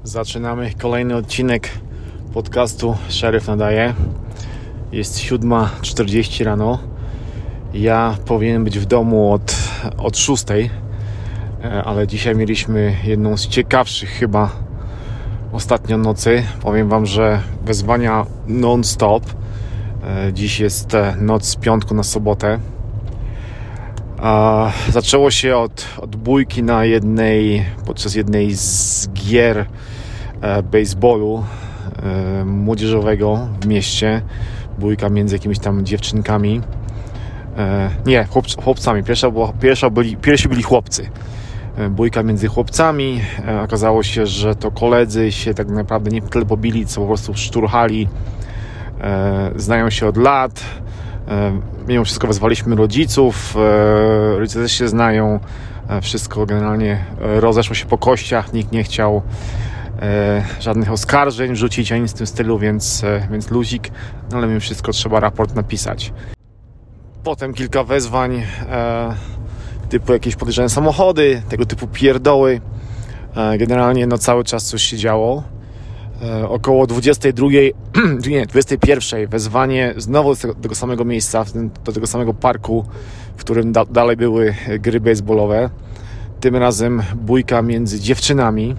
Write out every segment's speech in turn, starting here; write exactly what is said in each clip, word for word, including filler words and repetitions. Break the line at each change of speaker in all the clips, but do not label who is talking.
Zaczynamy kolejny odcinek podcastu Szeryf Nadaje. Jest siódma czterdzieści rano. Ja powinienem być w domu od, od szóstej, ale dzisiaj mieliśmy jedną z ciekawszych chyba ostatnio nocy. Powiem wam, że wezwania non-stop. Dziś jest noc z piątku na sobotę. Zaczęło się od, od bójki na jednej, podczas jednej z gier e, baseballu e, młodzieżowego w mieście. Bójka między jakimiś tam dziewczynkami. E, nie, chłop, chłopcami. Pierwsza była, pierwsza byli, pierwsi byli chłopcy. E, bójka między chłopcami. E, okazało się, że to koledzy się tak naprawdę nie tyle pobili, co po prostu szturchali. E, znają się od lat. Mimo wszystko wezwaliśmy rodziców, rodzice też się znają, wszystko generalnie rozeszło się po kościach, nikt nie chciał żadnych oskarżeń rzucić, ani nic w tym stylu, więc, więc luzik, no ale mimo wszystko trzeba raport napisać. Potem kilka wezwań typu jakieś podejrzane samochody, tego typu pierdoły, generalnie no cały czas coś się działo. Około dwudziestej drugiej, nie, dwudziestej pierwszej wezwanie znowu do tego, tego samego miejsca, do tego samego parku, w którym da, dalej były gry baseballowe. Tym razem bójka między dziewczynami.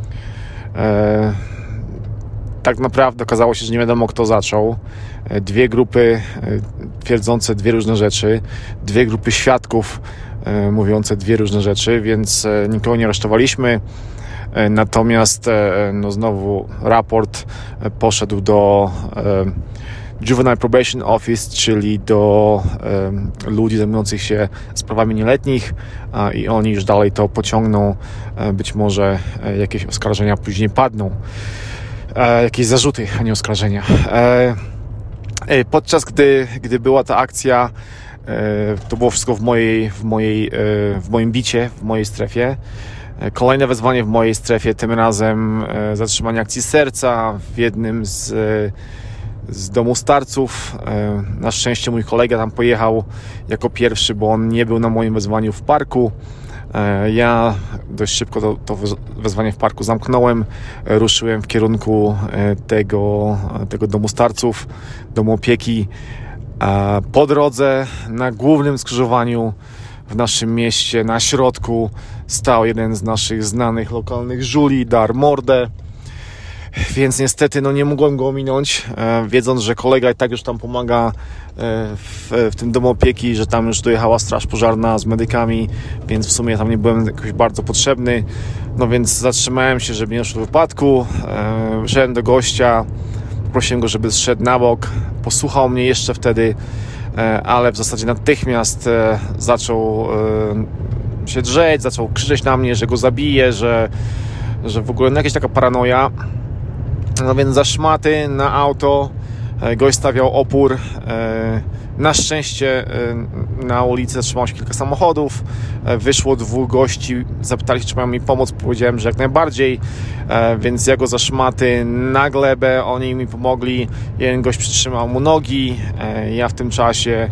E, tak naprawdę okazało się, że nie wiadomo kto zaczął. Dwie grupy twierdzące dwie różne rzeczy, dwie grupy świadków e, mówiące dwie różne rzeczy, więc e, nikogo nie aresztowaliśmy. Natomiast no znowu raport poszedł do e, Juvenile Probation Office, czyli do e, ludzi zajmujących się sprawami nieletnich, a, i oni już dalej to pociągną. E, być może e, jakieś oskarżenia później padną. E, jakieś zarzuty, a nie oskarżenia. E, e, podczas gdy, gdy była ta akcja, e, to było wszystko w mojej, w mojej, e, w moim bicie, w mojej strefie. Kolejne wezwanie w mojej strefie, tym razem zatrzymanie akcji serca w jednym z, z domu starców. Na szczęście mój kolega tam pojechał jako pierwszy, bo on nie był na moim wezwaniu w parku. Ja dość szybko to, to wezwanie w parku zamknąłem, ruszyłem w kierunku tego, tego domu starców, domu opieki. Po drodze na głównym skrzyżowaniu w naszym mieście, na środku, stał jeden z naszych znanych lokalnych żuli, dar mordę, więc niestety no nie mogłem go ominąć, e, wiedząc, że kolega i tak już tam pomaga e, w, w tym domu opieki, że tam już dojechała straż pożarna z medykami, więc w sumie tam nie byłem jakoś bardzo potrzebny, no więc zatrzymałem się, żeby nie doszło do wypadku, e, szedłem do gościa, prosiłem go, żeby zszedł na bok, posłuchał mnie jeszcze wtedy, ale w zasadzie natychmiast zaczął się drzeć, zaczął krzyczeć na mnie, że go zabije, że, że w ogóle no jakaś taka paranoja. No więc za szmaty na auto gość stawiał opór. Na szczęście na ulicy zatrzymało się kilka samochodów, wyszło dwóch gości, zapytali się, czy mają mi pomóc, powiedziałem, że jak najbardziej, więc ja go za szmaty na glebę, oni mi pomogli, jeden gość przytrzymał mu nogi, ja w tym czasie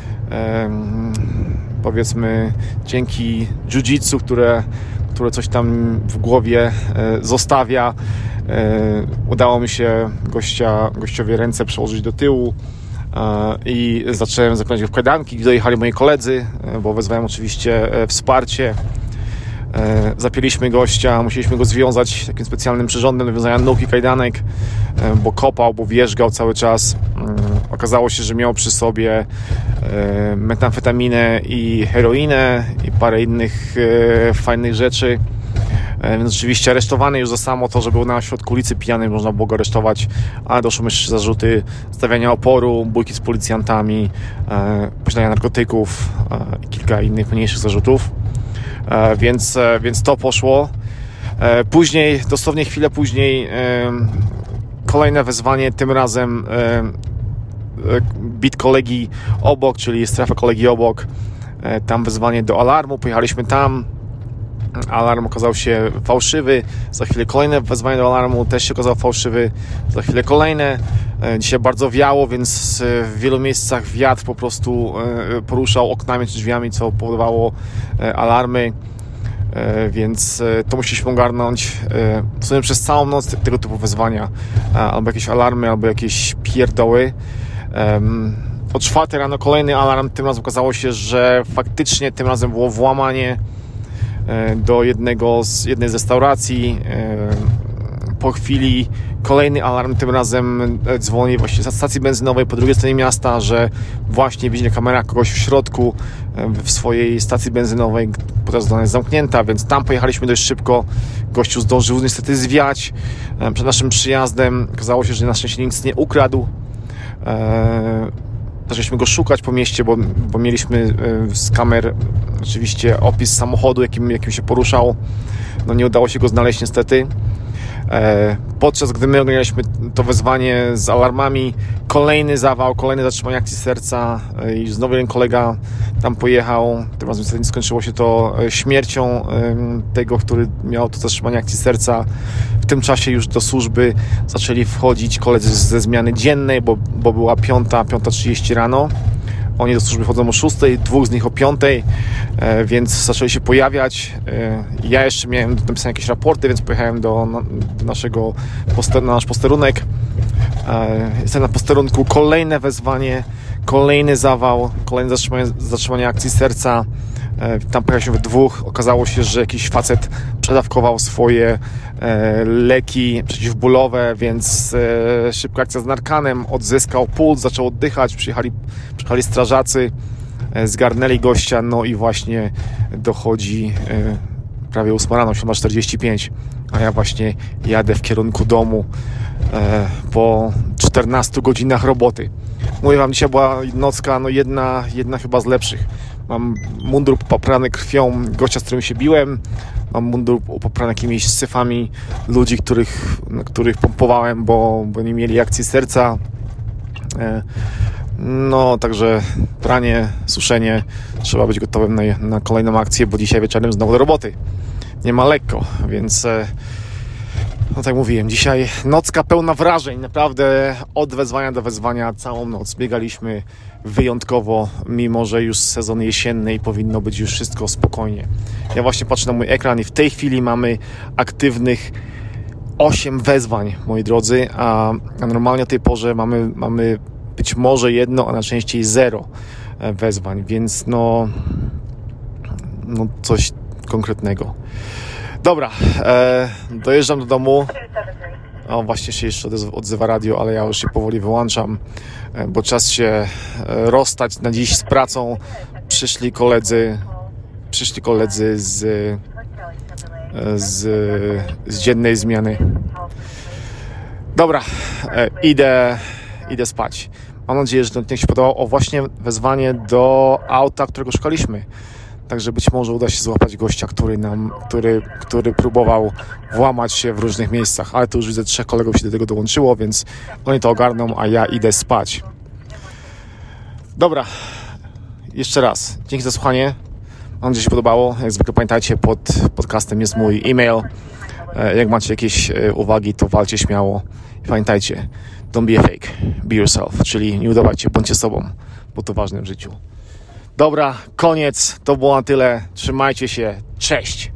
powiedzmy dzięki jiu-jitsu, które, które coś tam w głowie zostawia, udało mi się gościa, gościowi ręce przełożyć do tyłu i zacząłem zakładać go w kajdanki, gdy dojechali moi koledzy, bo wezwałem oczywiście wsparcie. Zapięliśmy gościa, musieliśmy go związać takim specjalnym przyrządem do wiązania nóg i kajdanek, bo kopał, bo wierzgał cały czas. Okazało się, że miał przy sobie metamfetaminę i heroinę i parę innych fajnych rzeczy. Więc oczywiście aresztowany już za samo to, że był na środku ulicy pijany, można było go aresztować, ale doszły jeszcze zarzuty stawiania oporu, bójki z policjantami, posiadania narkotyków i kilka innych mniejszych zarzutów. Więc, więc to poszło. Później, dosłownie chwilę później, kolejne wezwanie, tym razem bit kolegi obok, czyli strefa kolegi obok. Tam wezwanie do alarmu, pojechaliśmy tam. Alarm okazał się fałszywy. Za chwilę kolejne wezwanie do alarmu też się okazał fałszywy. Za chwilę kolejne. Dzisiaj bardzo wiało, więc w wielu miejscach wiatr po prostu poruszał oknami czy drzwiami, co powodowało alarmy. więc to musieliśmy ogarnąć w sumie przez całą noc tego typu wezwania, albo jakieś alarmy, albo jakieś pierdoły. O czwartej rano kolejny alarm, tym razem okazało się, że faktycznie tym razem było włamanie do jednego z, jednej z restauracji. Po chwili kolejny alarm, tym razem dzwoni właśnie z stacji benzynowej po drugiej stronie miasta, że właśnie widzi na kamerach kogoś w środku w swojej stacji benzynowej, podczas gdy ona jest zamknięta, więc tam pojechaliśmy dość szybko. Gościu zdążył niestety zwiać przed naszym przyjazdem. Okazało się, że na szczęście nic nie ukradł. Zaczęliśmy go szukać po mieście, bo, bo mieliśmy z kamer oczywiście opis samochodu, jakim, jakim się poruszał. No nie udało się go znaleźć niestety. Podczas gdy my oglądaliśmy to wezwanie z alarmami, kolejny zawał, kolejne zatrzymanie akcji serca i znowu jeden kolega tam pojechał. Tym razem niestety skończyło się to śmiercią tego, który miał to zatrzymanie akcji serca. W tym czasie już do służby zaczęli wchodzić koledzy ze zmiany dziennej, bo, bo była piąta, piąta trzydzieści rano. Oni do służby chodzą o szóstej, dwóch z nich o piątej, więc zaczęli się pojawiać. Ja jeszcze miałem do napisania jakieś raporty, więc pojechałem do, do naszego poster, na nasz posterunek. Jestem na posterunku, kolejne wezwanie, kolejny zawał, kolejne zatrzymanie, zatrzymanie akcji serca. Tam pojechaliśmy we dwóch. Okazało się, że jakiś facet przedawkował swoje leki przeciwbólowe, więc szybka akcja z narkanem, odzyskał puls, zaczął oddychać, przyjechali, przyjechali strażacy, zgarnęli gościa, no i właśnie dochodzi prawie ósma rano, siódma czterdzieści pięć, a ja właśnie jadę w kierunku domu po czternastu godzinach roboty. Mówię wam, dzisiaj była nocka, no jedna, jedna chyba z lepszych. Mam mundur poprany krwią gościa, z którym się biłem. Mam mundur poprany jakimiś syfami ludzi, których, których pompowałem, bo, bo nie mieli akcji serca. No, także pranie, suszenie. Trzeba być gotowym na, na kolejną akcję, bo dzisiaj wieczorem znowu do roboty. Nie ma lekko, więc... No tak mówiłem, dzisiaj nocka pełna wrażeń, naprawdę od wezwania do wezwania całą noc biegaliśmy wyjątkowo, mimo że już sezon jesienny i powinno być już wszystko spokojnie. Ja właśnie patrzę na mój ekran i w tej chwili mamy aktywnych osiem wezwań, moi drodzy, a, a normalnie o tej porze mamy, mamy być może jedno, a najczęściej zero wezwań, więc no, no coś konkretnego. Dobra, e, dojeżdżam do domu. O, właśnie się jeszcze odzywa radio, ale ja już się powoli wyłączam, e, bo czas się e, rozstać na dziś z pracą. Przyszli koledzy, przyszli koledzy z, e, z, z dziennej zmiany. Dobra, e, idę, idę spać. Mam nadzieję, że to się podobało. O, właśnie wezwanie do auta, którego szukaliśmy. Także być może uda się złapać gościa, który nam, który, który próbował włamać się w różnych miejscach. Ale tu już widzę, trzech kolegów się do tego dołączyło, więc oni to ogarną, a ja idę spać. Dobra, jeszcze raz. Dzięki za słuchanie. Mam nadzieję, że się podobało. Jak zwykle pamiętajcie, pod podcastem jest mój e-mail. Jak macie jakieś uwagi, to walcie śmiało. I pamiętajcie, don't be a fake, be yourself. Czyli nie udawajcie, bądźcie sobą, bo to ważne w życiu. Dobra, koniec. To było na tyle. Trzymajcie się. Cześć.